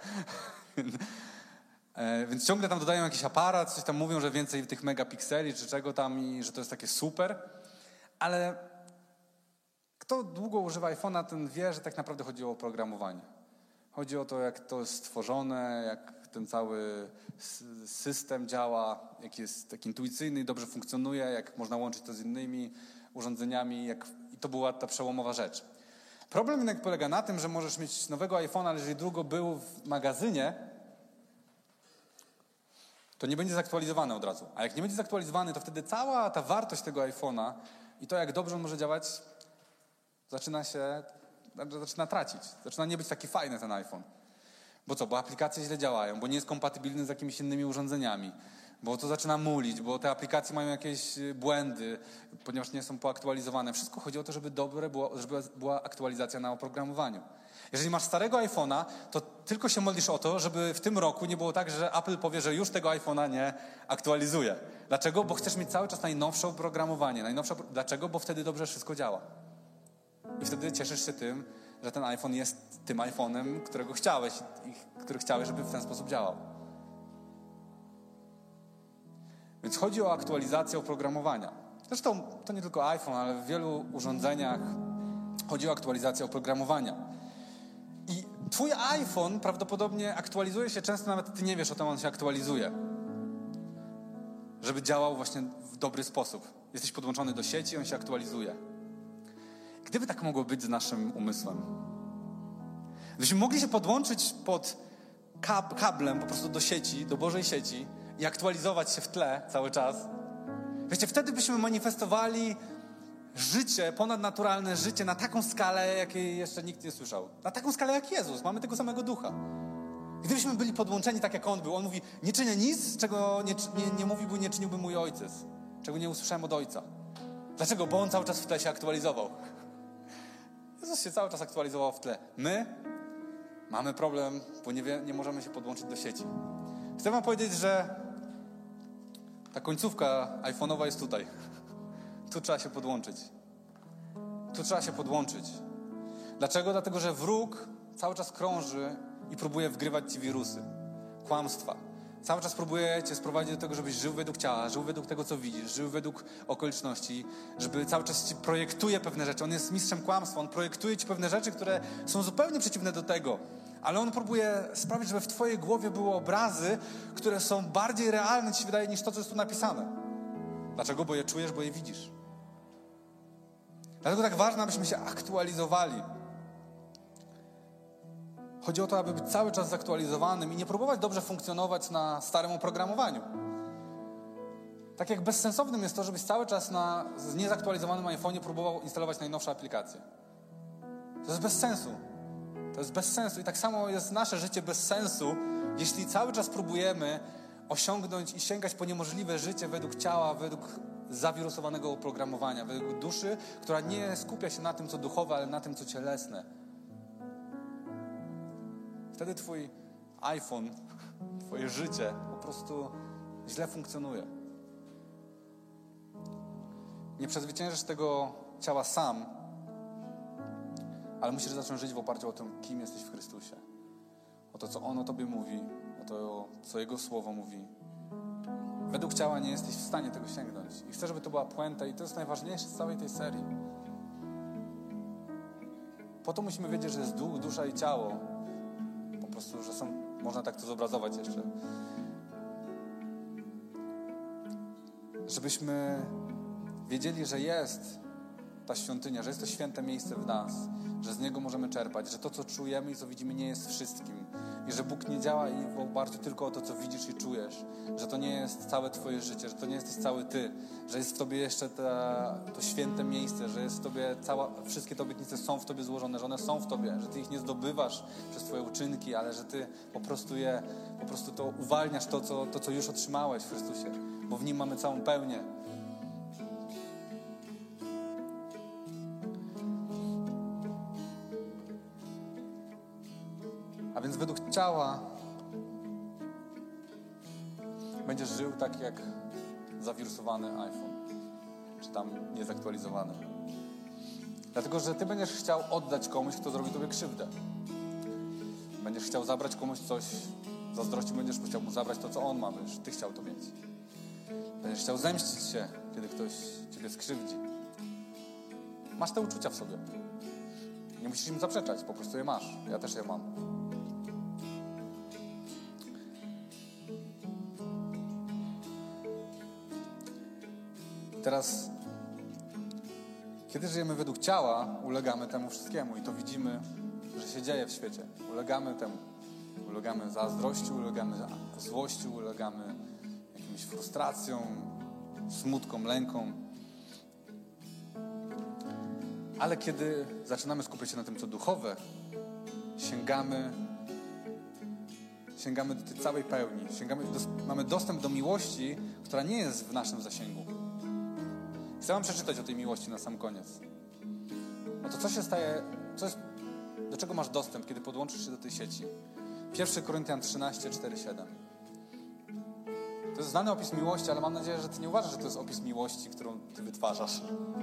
e, więc ciągle tam dodają jakiś aparat, coś tam mówią, że więcej tych megapikseli czy czego tam i że to jest takie super, ale kto długo używa iPhone'a, ten wie, że tak naprawdę chodzi o oprogramowanie. Chodzi o to, jak to jest stworzone, jak ten cały system działa, jak jest tak intuicyjny i dobrze funkcjonuje, jak można łączyć to z innymi urządzeniami. Jak... I to była ta przełomowa rzecz. Problem jednak polega na tym, że możesz mieć nowego iPhone'a, ale jeżeli długo był w magazynie, to nie będzie zaktualizowany od razu. A jak nie będzie zaktualizowany, to wtedy cała ta wartość tego iPhone'a i to, jak dobrze on może działać, zaczyna się, zaczyna tracić. Zaczyna nie być taki fajny ten iPhone. Bo co? Bo aplikacje źle działają, bo nie jest kompatybilny z jakimiś innymi urządzeniami, bo to zaczyna mulić, bo te aplikacje mają jakieś błędy, ponieważ nie są poaktualizowane. Wszystko chodzi o to, żeby dobre było, żeby była aktualizacja na oprogramowaniu. Jeżeli masz starego iPhone'a, to tylko się modlisz o to, żeby w tym roku nie było tak, że Apple powie, że już tego iPhone'a nie aktualizuje. Dlaczego? Bo chcesz mieć cały czas najnowsze oprogramowanie. Najnowsze... Dlaczego? Bo wtedy dobrze wszystko działa. I wtedy cieszysz się tym, że ten iPhone jest tym iPhone'em, którego chciałeś i który chciałeś, żeby w ten sposób działał. Więc chodzi o aktualizację oprogramowania. Zresztą to nie tylko iPhone, ale w wielu urządzeniach chodzi o aktualizację oprogramowania. I twój iPhone prawdopodobnie aktualizuje się często, nawet ty nie wiesz o tym, on się aktualizuje. Żeby działał właśnie w dobry sposób. Jesteś podłączony do sieci, on się aktualizuje. Gdyby tak mogło być z naszym umysłem. Gdybyśmy mogli się podłączyć pod kab- kablem po prostu do sieci, do Bożej sieci i aktualizować się w tle cały czas. Wiecie, wtedy byśmy manifestowali życie, ponadnaturalne życie na taką skalę, jakiej jeszcze nikt nie słyszał. Na taką skalę jak Jezus. Mamy tego samego ducha. Gdybyśmy byli podłączeni tak jak On był. On mówi, nie czynię nic, czego nie, nie, nie mówiłby, nie czyniłby mój ojciec. Czego nie usłyszałem od Ojca. Dlaczego? Bo On cały czas w tle się aktualizował. Jezus się cały czas aktualizował w tle. My mamy problem, bo nie, wie, nie możemy się podłączyć do sieci. Chcę wam powiedzieć, że ta końcówka iPhone'owa jest tutaj. Tu trzeba się podłączyć. Tu trzeba się podłączyć. Dlaczego? Dlatego, że wróg cały czas krąży i próbuje wgrywać ci wirusy, kłamstwa. Cały czas próbuje cię sprowadzić do tego, żebyś żył według ciała, żył według tego, co widzisz, żył według okoliczności, żeby cały czas ci projektuje pewne rzeczy. On jest mistrzem kłamstwa, on projektuje ci pewne rzeczy, które są zupełnie przeciwne do tego. Ale on próbuje sprawić, żeby w twojej głowie były obrazy, które są bardziej realne, ci się wydaje, niż to, co jest tu napisane. Dlaczego? Bo je czujesz, bo je widzisz. Dlatego tak ważne, abyśmy się aktualizowali. Chodzi o to, aby być cały czas zaktualizowanym i nie próbować dobrze funkcjonować na starym oprogramowaniu. Tak jak bezsensownym jest to, żebyś cały czas na niezaktualizowanym iPhone'ie próbował instalować najnowsze aplikacje. To jest bez sensu. To jest bez sensu. I tak samo jest nasze życie bez sensu, jeśli cały czas próbujemy osiągnąć i sięgać po niemożliwe życie według ciała, według zawirusowanego oprogramowania, według duszy, która nie skupia się na tym, co duchowe, ale na tym, co cielesne. Wtedy twój iPhone, twoje życie po prostu źle funkcjonuje. Nie przezwyciężysz tego ciała sam, ale musisz zacząć żyć w oparciu o to, kim jesteś w Chrystusie. O to, co On o tobie mówi, o to, co Jego Słowo mówi. Według ciała nie jesteś w stanie tego sięgnąć. I chcę, żeby to była puenta i to jest najważniejsze z całej tej serii. Po to musimy wiedzieć, że jest duch, dusza i ciało, prostu, że są, można tak to zobrazować jeszcze. Żebyśmy wiedzieli, że jest ta świątynia, że jest to święte miejsce w nas, że z niego możemy czerpać, że to, co czujemy i co widzimy, nie jest wszystkim i że Bóg nie działa i w oparciu tylko o to, co widzisz i czujesz, że to nie jest całe twoje życie, że to nie jesteś cały ty, że jest w tobie jeszcze ta, to święte miejsce, że jest w tobie cała, wszystkie te obietnice są w tobie złożone, że one są w tobie, że ty ich nie zdobywasz przez twoje uczynki, ale że ty po prostu je, po prostu to uwalniasz to, co, to, co już otrzymałeś w Chrystusie, bo w Nim mamy całą pełnię. A więc według ciała będziesz żył tak jak zawirusowany iPhone, czy tam niezaktualizowany. Dlatego, że ty będziesz chciał oddać komuś, kto zrobi tobie krzywdę. Będziesz chciał zabrać komuś coś, zazdrościł, będziesz chciał mu zabrać to, co on ma, będziesz ty chciał to mieć. Będziesz chciał zemścić się, kiedy ktoś ciebie skrzywdzi. Masz te uczucia w sobie. Nie musisz im zaprzeczać, po prostu je masz. Ja też je mam. Teraz, kiedy żyjemy według ciała, ulegamy temu wszystkiemu i to widzimy, że się dzieje w świecie. Ulegamy temu. Ulegamy zazdrości, ulegamy złości, ulegamy jakimś frustracjom, smutkom, lękom. Ale kiedy zaczynamy skupiać się na tym, co duchowe, sięgamy, sięgamy do tej całej pełni. Sięgamy do, mamy dostęp do miłości, która nie jest w naszym zasięgu. Chcę wam przeczytać o tej miłości na sam koniec. No to co się staje, co jest, do czego masz dostęp, kiedy podłączysz się do tej sieci? pierwszy Koryntian trzynaście, cztery, siedem. To jest znany opis miłości, ale mam nadzieję, że ty nie uważasz, że to jest opis miłości, którą ty wytwarzasz.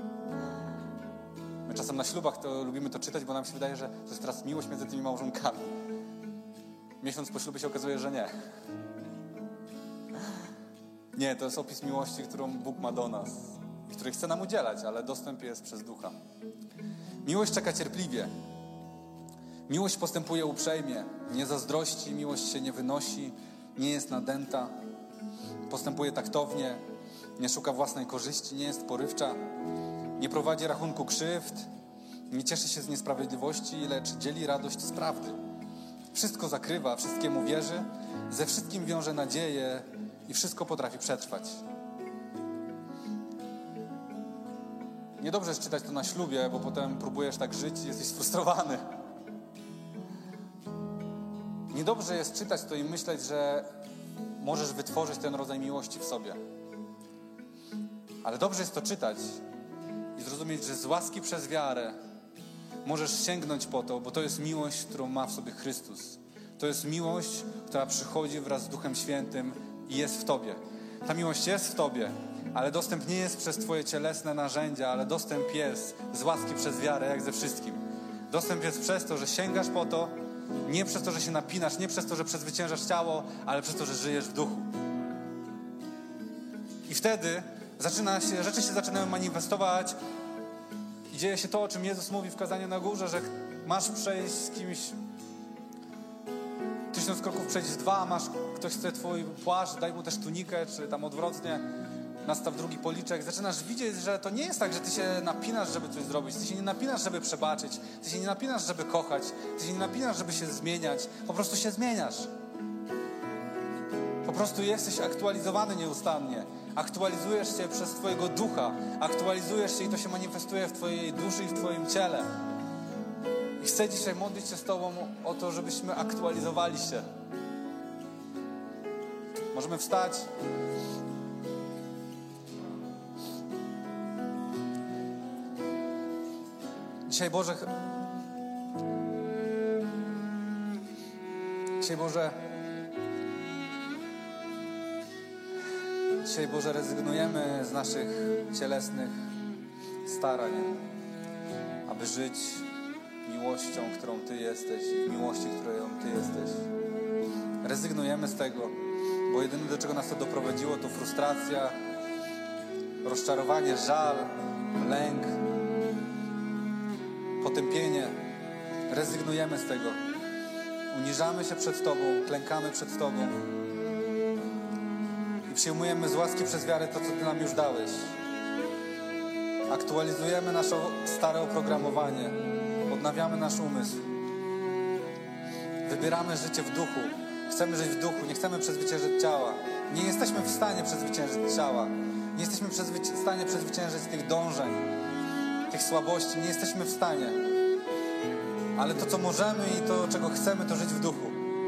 My czasem na ślubach to lubimy to czytać, bo nam się wydaje, że to jest teraz miłość między tymi małżonkami. Miesiąc po ślubie się okazuje, że nie. Nie, to jest opis miłości, którą Bóg ma do nas i której chce nam udzielać, ale dostęp jest przez Ducha. Miłość czeka cierpliwie. Miłość postępuje uprzejmie. Nie zazdrości, miłość się nie wynosi, nie jest nadęta. Postępuje taktownie, nie szuka własnej korzyści, nie jest porywcza. Nie prowadzi rachunku krzywd, nie cieszy się z niesprawiedliwości, lecz dzieli radość z prawdy. Wszystko zakrywa, wszystkiemu wierzy, ze wszystkim wiąże nadzieję i wszystko potrafi przetrwać. Niedobrze jest czytać to na ślubie, bo potem próbujesz tak żyć i jesteś sfrustrowany. Niedobrze jest czytać to i myśleć, że możesz wytworzyć ten rodzaj miłości w sobie. Ale dobrze jest to czytać i zrozumieć, że z łaski przez wiarę możesz sięgnąć po to, bo to jest miłość, którą ma w sobie Chrystus. To jest miłość, która przychodzi wraz z Duchem Świętym i jest w tobie. Ta miłość jest w tobie, ale dostęp nie jest przez twoje cielesne narzędzia, ale dostęp jest z łaski przez wiarę, jak ze wszystkim. Dostęp jest przez to, że sięgasz po to, nie przez to, że się napinasz, nie przez to, że przezwyciężasz ciało, ale przez to, że żyjesz w duchu. I wtedy zaczyna się, rzeczy się zaczynają manifestować i dzieje się to, o czym Jezus mówi w kazaniu na górze, że masz przejść z kimś tysiąc kroków, przejść dwa, masz, ktoś chce twój płaszcz, daj mu też tunikę, czy tam odwrotnie, nastaw drugi policzek. Zaczynasz widzieć, że to nie jest tak, że ty się napinasz, żeby coś zrobić. Ty się nie napinasz, żeby przebaczyć. Ty się nie napinasz, żeby kochać. Ty się nie napinasz, żeby się zmieniać. Po prostu się zmieniasz. Po prostu jesteś aktualizowany nieustannie. Aktualizujesz się przez twojego ducha. Aktualizujesz się i to się manifestuje w twojej duszy i w twoim ciele. I chcę dzisiaj modlić się z tobą o to, żebyśmy aktualizowali się. Możemy wstać. Dzisiaj Boże, dzisiaj Boże, dzisiaj Boże rezygnujemy z naszych cielesnych starań, aby żyć miłością, którą Ty jesteś i w miłości, którą Ty jesteś. Rezygnujemy z tego, bo jedyne, do czego nas to doprowadziło, to frustracja, rozczarowanie, żal, lęk, potępienie. Rezygnujemy z tego. Uniżamy się przed Tobą, klękamy przed Tobą i przyjmujemy z łaski przez wiarę to, co Ty nam już dałeś. Aktualizujemy nasze stare oprogramowanie, odnawiamy nasz umysł. Wybieramy życie w duchu. Chcemy żyć w duchu, nie chcemy przezwyciężyć ciała. Nie jesteśmy w stanie przezwyciężyć ciała. Nie jesteśmy w stanie przezwyciężyć tych dążeń, tych słabości. Nie jesteśmy w stanie. Ale to, co możemy i to, czego chcemy, to żyć w duchu.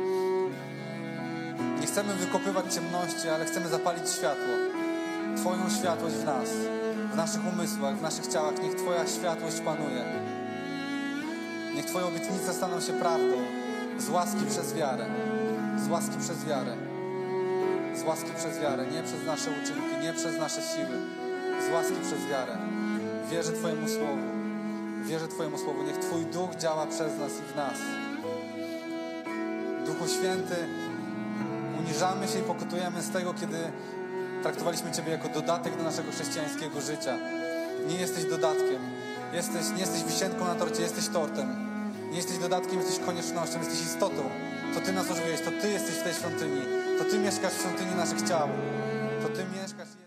Nie chcemy wykopywać ciemności, ale chcemy zapalić światło. Twoją światłość w nas, w naszych umysłach, w naszych ciałach. Niech Twoja światłość panuje. Niech Twoje obietnice staną się prawdą. Z łaski przez wiarę. Z łaski przez wiarę. Z łaski przez wiarę. Nie przez nasze uczynki, nie przez nasze siły. Z łaski przez wiarę. Wierzę Twojemu Słowu. Wierzę Twojemu Słowu. Niech Twój Duch działa przez nas i w nas. Duchu Święty, uniżamy się i pokutujemy z tego, kiedy traktowaliśmy Ciebie jako dodatek do naszego chrześcijańskiego życia. Nie jesteś dodatkiem. Jesteś, nie jesteś wisienką na torcie, jesteś tortem. Nie jesteś dodatkiem, jesteś koniecznością, jesteś istotą. To Ty nas ożywiłeś, to Ty jesteś w tej świątyni. To Ty mieszkasz w świątyni naszych ciał. To Ty mieszkasz...